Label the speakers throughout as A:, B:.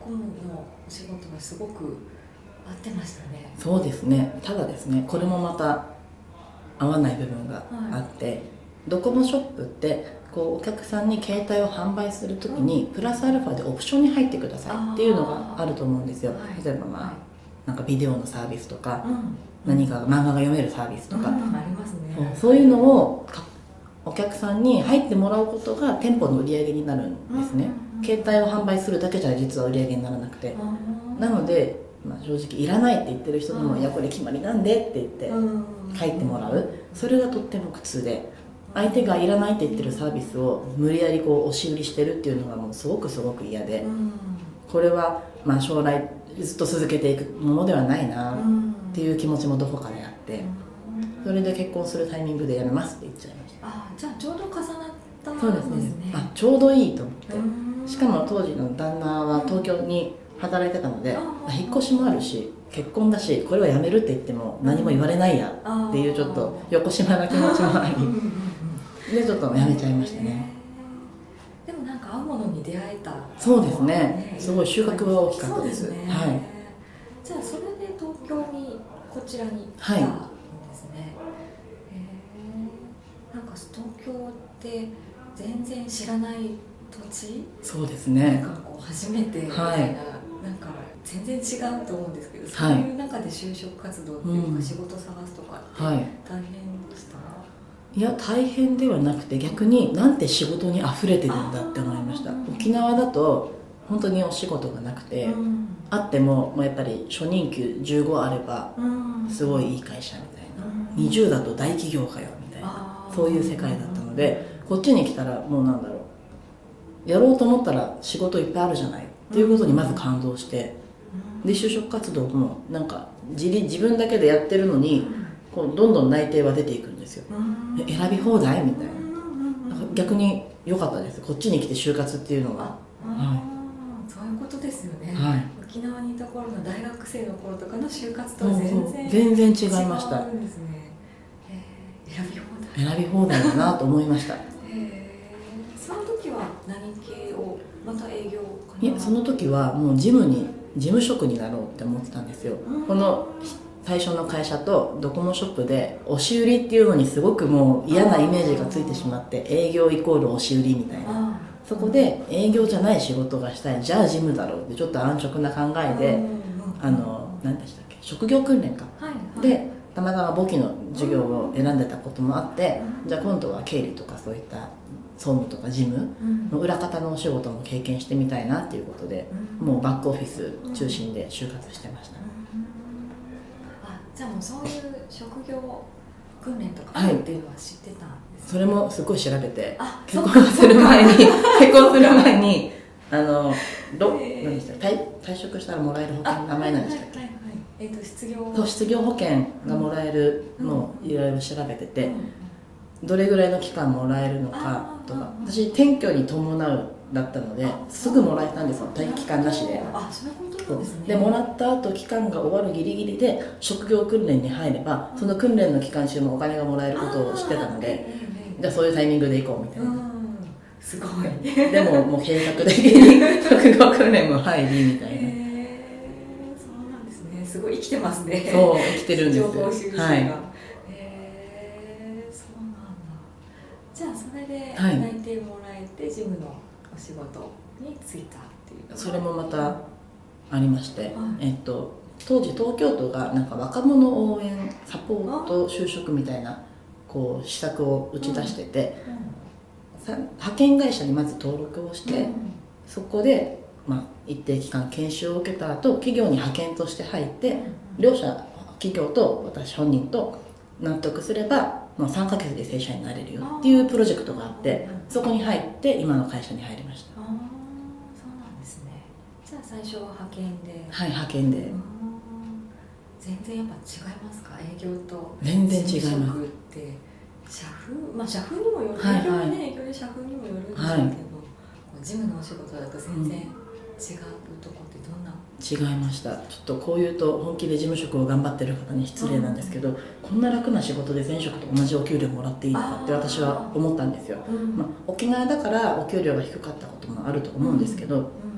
A: 顧問のお仕事がすごく合ってましたね。
B: そうですね。ただですね、これもまた合わない部分があって、ドコモショップってこうお客さんに携帯を販売するときにプラスアルファでオプションに入ってくださいっていうのがあると思うんですよ。例えばなんかビデオのサービスとか、何か漫画が読めるサービスとか、
A: ありますね。
B: そういうのをお客さんに入ってもらうことが店舗の売り上げになるんですね。携帯を販売するだけじゃ実は売り上げにならなくて、なので、正直いらないって言ってる人にも、いやこれ決まりなんでって言って入ってもらう、それがとっても苦痛で、相手がいらないって言ってるサービスを無理やりこう押し売りしてるっていうのがもうすごく嫌で、これは将来ずっと続けていくものではないなっていう気持ちもどこかであって、それで結婚するタイミングでやめますって言っちゃいました。
A: じゃあちょうど重なったんですね。
B: そうですね。ちょうどいいと思って、しかも当時の旦那は東京に働いてたので、引っ越しもあるし結婚だし、これはやめるって言っても何も言われないやっていうちょっと横島な気持ちもありでちょっとやめちゃいましたね。
A: でもなんか合うものに出会えた。
B: そうですね。すごい収穫は大きかったです。
A: そうですね。
B: はい。
A: じゃあそれで東京にこちらに来たんですね。なんか東京って全然知らない土地。
B: そうですね。
A: なんかこう初めてみたいな、なんか全然違うと思うんですけど、そういう中で就職活動っていうか仕事探すとかって大変でした？
B: いや大変ではなくて、逆になんて仕事に溢れてるんだって思いました。沖縄だと本当にお仕事がなくて、あってもやっぱり初任給15あればすごいいい会社みたいな、20だと大企業かよみたいな、そういう世界だったので、こっちに来たらもうなんだろう、やろうと思ったら仕事いっぱいあるじゃないっていうことにまず感動して、で就職活動もなんか自分だけでやってるのにこうどんどん内定は出ていくんですよ。選び放題みたいな。逆に良かったです、こっちに来て就活っていうのが。
A: そういうことですよね。沖縄にいた頃の大学生の頃とかの就活とは全然違いました。選び放題だなと思いました。 その時は何系を、また営業かな？
B: いや、その時はもう事務職になろうって思ってたんですよ。この最初の会社とドコモショップで押し売りっていうのにすごくもう嫌なイメージがついてしまって、営業イコール押し売りみたいな、そこで営業じゃない仕事がしたい、じゃあ事務だろうってちょっと安直な考えで、何でしたっけ、職業訓練か、でたまたま簿記の授業を選んでたこともあって、じゃあ今度は経理とかそういった総務とか事務の裏方のお仕事も経験してみたいなっていうことで、もうバックオフィス中心で就活してました。
A: じゃあもうそういう職業訓練とかっていうのは知ってたんですか？
B: それもすごい調べて、結婚する前に何でしたっけ、退職したらもらえる保険の名前なんでしたっけ？失業保険がもらえるのをいろいろ調べてて、どれぐらいの期間もらえるのかとか、私転居に伴うだったのですぐもらえたんですよ、待機期間なしで。
A: そういうことなんですね。
B: でもらった後期間が終わるギリギリで職業訓練に入れば、その訓練の期間中もお金がもらえることを知ってたので、じゃあそういうタイミングで行こうみたいな。
A: すごい。
B: でももう計画的に職業訓練も入りみたいな。
A: そうなんですね。すごい生きてますね。
B: そう生きてるんですよ。
A: 情報収集が。そうなんだ。じゃあそれで内定もらえて事務のお仕事に就いたっていうのが。
B: それもまたありまして、当時東京都がなんか若者応援サポート就職みたいなこう施策を打ち出してて、派遣会社にまず登録をして、そこで一定期間研修を受けた後、企業に派遣として入って、両者企業と私本人と納得すれば3ヶ月で正社員になれるよっていうプロジェクトがあって、そこに入って今の会社に入りました。
A: そうなんですね。じゃあ最初は派遣で。
B: 派遣で。
A: 全然やっぱ違いますか？営業と
B: 全然違います。
A: 社風、社風にもよる、営業はね、営業で社風にもよるんでしょうけど、事務のお仕事だと全然違うとこってどんな？
B: 違いました。ちょっとこう言うと本気で事務職を頑張ってる方に失礼なんですけど、こんな楽な仕事で前職と同じお給料もらっていいのかって私は思ったんですよ。沖縄だからお給料が低かったこともあると思うんですけど、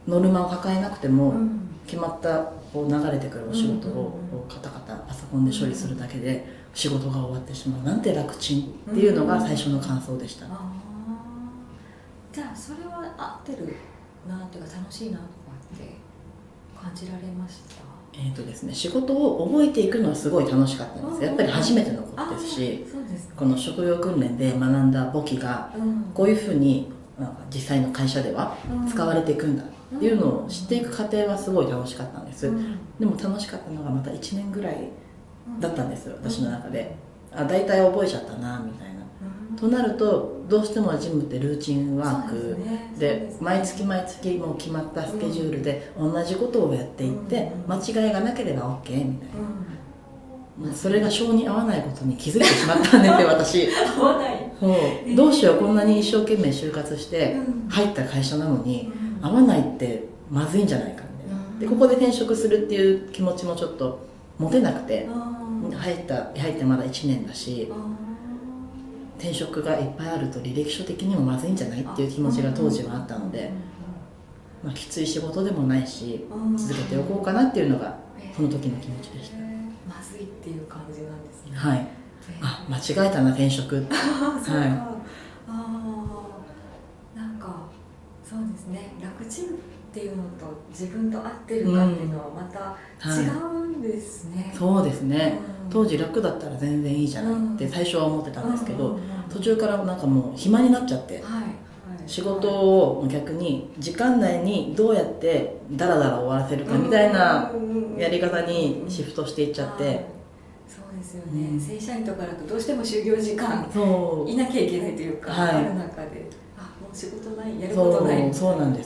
B: ノルマを抱えなくても、決まったこう流れてくるお仕事をカタカタパソコンで処理するだけで仕事が終わってしまう、なんて楽ちんっていうのが最初の感想でした。
A: じゃあそれは合ってるなっていうか楽しいなとかって感じられました？
B: ですね、仕事を覚えていくのはすごい楽しかったんです。やっぱり初めてのことですし、この職業訓練で学んだ簿記がこういうふうに実際の会社では使われていくんだっていうのを知っていく過程はすごい楽しかったんです。でも楽しかったのがまた1年ぐらいだったんですよ、私の中で。大体覚えちゃったなみたいな。となるとどうしてもジムってルーチンワークで毎月毎月もう決まったスケジュールで同じことをやっていって間違いがなければ OK みたいな、それが性に合わないことに気づいてしまったんですよ私。
A: 合わない。
B: そうどうしよう、こんなに一生懸命就活して入った会社なのに合わないってまずいんじゃないかみたいな。でここで転職するっていう気持ちもちょっと持てなくて、入ってまだ1年だし転職がいっぱいあると履歴書的にもまずいんじゃないっていう気持ちが当時はあったので、きつい仕事でもないし続けておこうかなっていうのがその時の気持ちでした。
A: まずいっていう感じなんですね。
B: はい。間違えたな転職。
A: そうか。なんかそうですね、楽ちんっていうのと自分と合ってるかっていうのはまた違うんですね。
B: そうですね、当時楽だったら全然いいじゃないって最初は思ってたんですけど、途中からなんかもう暇になっちゃって、仕事を逆に時間内にどうやってダラダラ終わらせるかみたいなやり方にシフトしていっちゃって。
A: そうですよね、正社員とかだとどうしても就業時間いなきゃいけないというか、ある中でもう仕事ない、やることない。
B: そうなんです。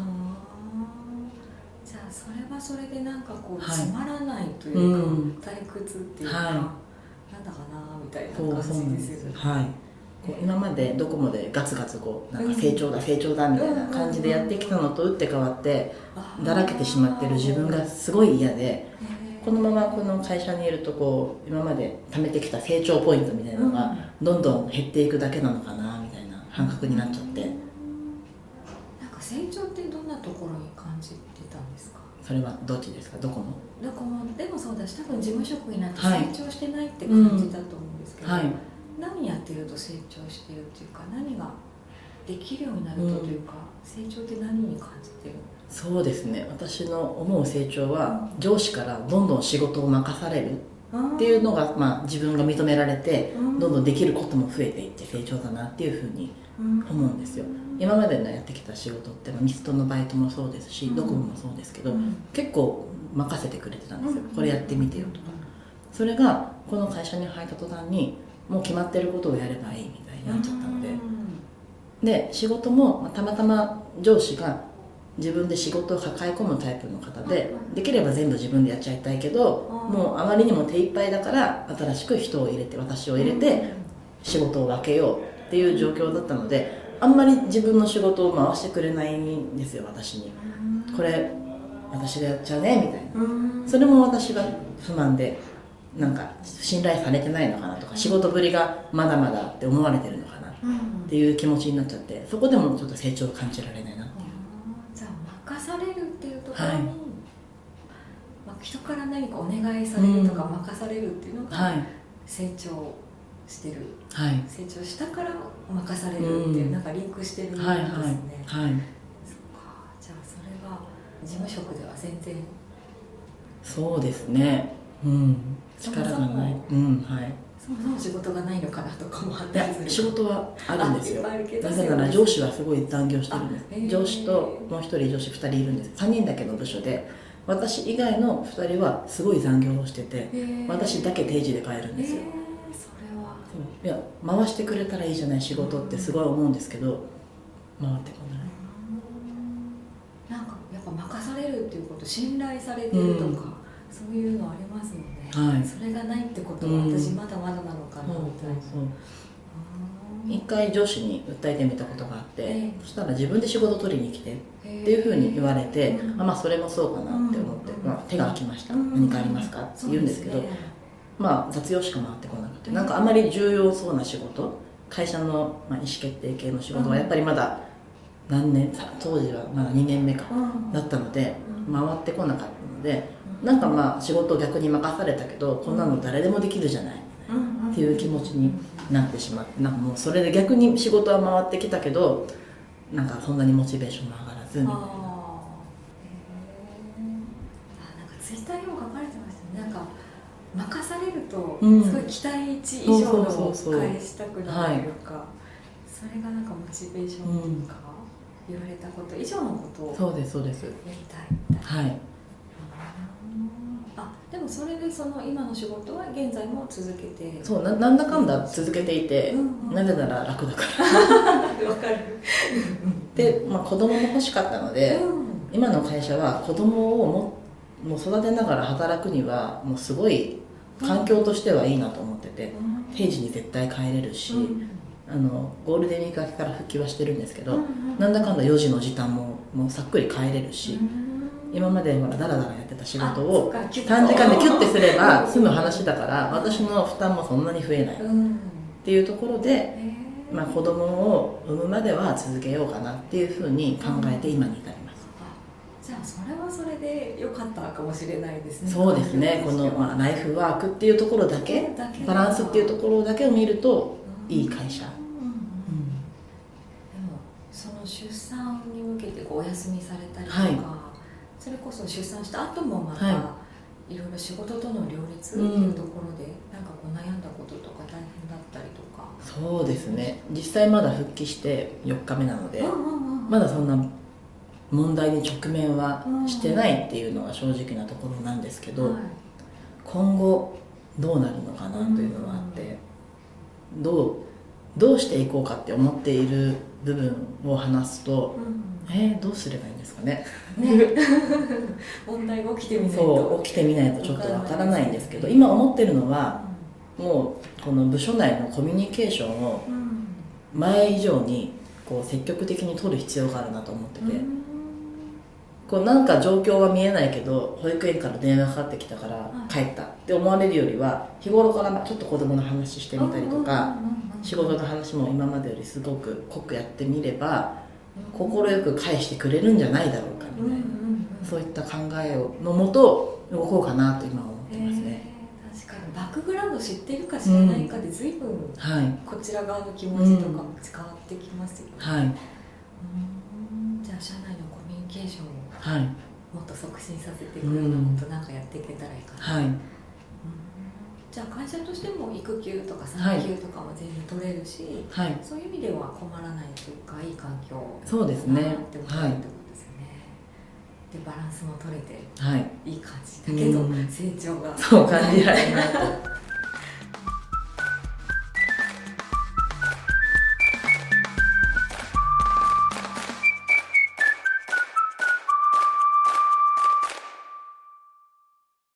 A: じゃあそれはそれでなんかこうつまらないというか、退屈っていうか、なんだかなみたいな感じですよね。
B: 今までどこまでガツガツなんか成長だ成長だみたいな感じでやってきたのと打って変わってだらけてしまってる自分がすごい嫌で、このままこの会社にいると今まで貯めてきた成長ポイントみたいなのがどんどん減っていくだけなのかなみたいな感覚になっちゃって。
A: なんか成長ってどんなところに感じてたんですか？
B: それはどっちですか？どこも
A: でもそうだし、多分事務職になって成長してないって感じだと思うんですけど、何やってると成長してるっていうか、何ができるようになるというか、成長って何に感じてる？
B: そうですね、私の思う成長は上司からどんどん仕事を任されるっていうのが、自分が認められてどんどんできることも増えていって成長だなっていうふうに思うんですよ。今までのやってきた仕事ってミストのバイトもそうですしドコモもそうですけど、結構任せてくれてたんですよ。これやってみてよとか。それがこの会社に入った途端にもう決まってることをやればいいみたいになっちゃったので、仕事もたまたま上司が自分で仕事を抱え込むタイプの方で、できれば全部自分でやっちゃいたいけどもうあまりにも手一杯だから新しく人を入れて私を入れて仕事を分けようっていう状況だったので、あんまり自分の仕事を回してくれないんですよ。私にこれ私がやっちゃうねみたいな。それも私が不満で、なんか信頼されてないのかなとか仕事ぶりがまだまだって思われてるのかなっていう気持ちになっちゃって、そこでもちょっと成長を感じられないなっていう。
A: じゃあ任されるっていうところに、人から何かお願いされるとか任されるっていうのが成長してる、成長したから任されるっていう、なんかリンクしてるんですね。そっか、じゃあそれは事務職では全然。
B: そうですね、力がない。
A: そもそも仕事がないのかなとかもあったりする。
B: 仕事はあるんですよ。なぜなら上司はすごい残業してるんです。上司ともう一人上司2人いるんです。3人だけの部署で私以外の2人はすごい残業をしてて、私だけ定時で帰るんですよ。それはいや回してくれたらいいじゃない仕事ってすごい思うんですけど、回ってこ
A: ない。なんかやっぱ任されるっていうこと、信頼されてるとか、そういうのありますもんね。それがないってことは私まだまだなのかなみたいな。
B: 一回上司に訴えてみたことがあって、そしたら自分で仕事取りに来てっていうふうに言われて、それもそうかなって思って、手が空きました、何かありますかって言うんですけど、雑用しか回ってこなくて、なんかあまり重要そうな仕事、会社の意思決定系の仕事はやっぱりまだ何年当時はまだ2年目か、だったので回ってこなかったので、なんかまあ仕事を逆に任されたけどこんなの誰でもできるじゃないっていう気持ちになってしまって、なんかもうそれで逆に仕事は回ってきたけどなんかそんなにモチベーションも上がらずみたいな。なんか
A: ツイッターにも書かれてましたね。なんか任されるとすごい期待値以上の返したくなるというか、それがなんかモチベーションというか、言われたこと以上のことを
B: そうですそうです、
A: やりたいみたいな。
B: はい。
A: でもそれでその今の仕事は現在も続けて、
B: そうなんだかんだ続けていて、なぜなら楽だから
A: わかる
B: で、まあ、子供も欲しかったので、今の会社は子供をもう育てながら働くにはもうすごい環境としてはいいなと思ってて、定時に絶対帰れるし、ゴールデンウィーク明けから復帰はしてるんですけど、なんだかんだ4時の時短もうさっくり帰れるし、今までほらダラダラやってた仕事を短時間でキュッてすれば済む話だから私の負担もそんなに増えないっていうところで、まあ、子供を産むまでは続けようかなっていうふうに考えて今に至ります。
A: じゃあそれはそれで良かったかもしれないですね。
B: そうですね、この、まあ、ライフワークっていうところだけバランスっていうところだけを見るといい会社。でも
A: その出産に向けてお休みされたりとか、はい、それこそ出産した後もまた、はい、いろいろ仕事との両立っていうところで、なんかこう悩んだこととか大変だったりとか。
B: そうですね、実際まだ復帰して4日目なので、まだそんな問題に直面はしてないっていうのが正直なところなんですけど、今後どうなるのかなというのがあって、どうしていこうかって思っている部分を話すと、どうすればいいんですかね。
A: 問題が起きてみないと。
B: そう起きてみないとちょっとわからないんですけど、今思ってるのは、もうこの部署内のコミュニケーションを前以上にこう積極的に取る必要があるなと思ってて、こうなんか状況は見えないけど保育園から電話かかってきたから帰ったって思われるよりは、日頃からちょっと子供の話してみたりとか、仕事の話も今までよりすごく濃くやってみれば快く返してくれるんじゃないだろうかみたいな、そういった考えのもと動こうかなと今は思ってますね。
A: 確かにバックグラウンド知ってるか知らないかで随分、こちら側の気持ちとかも変わってきますよね。じゃあ社内のコミュニケーションをもっと促進させていくようなことなんかやっていけたらいいかな。じゃあ会社としても育休とか産休とかも全然取れるし、そういう意味では困らないというかいい環境
B: そうですね
A: って思ってるってことですよね。でバランスも取れていい感じだけど、成長が
B: そう感じられないと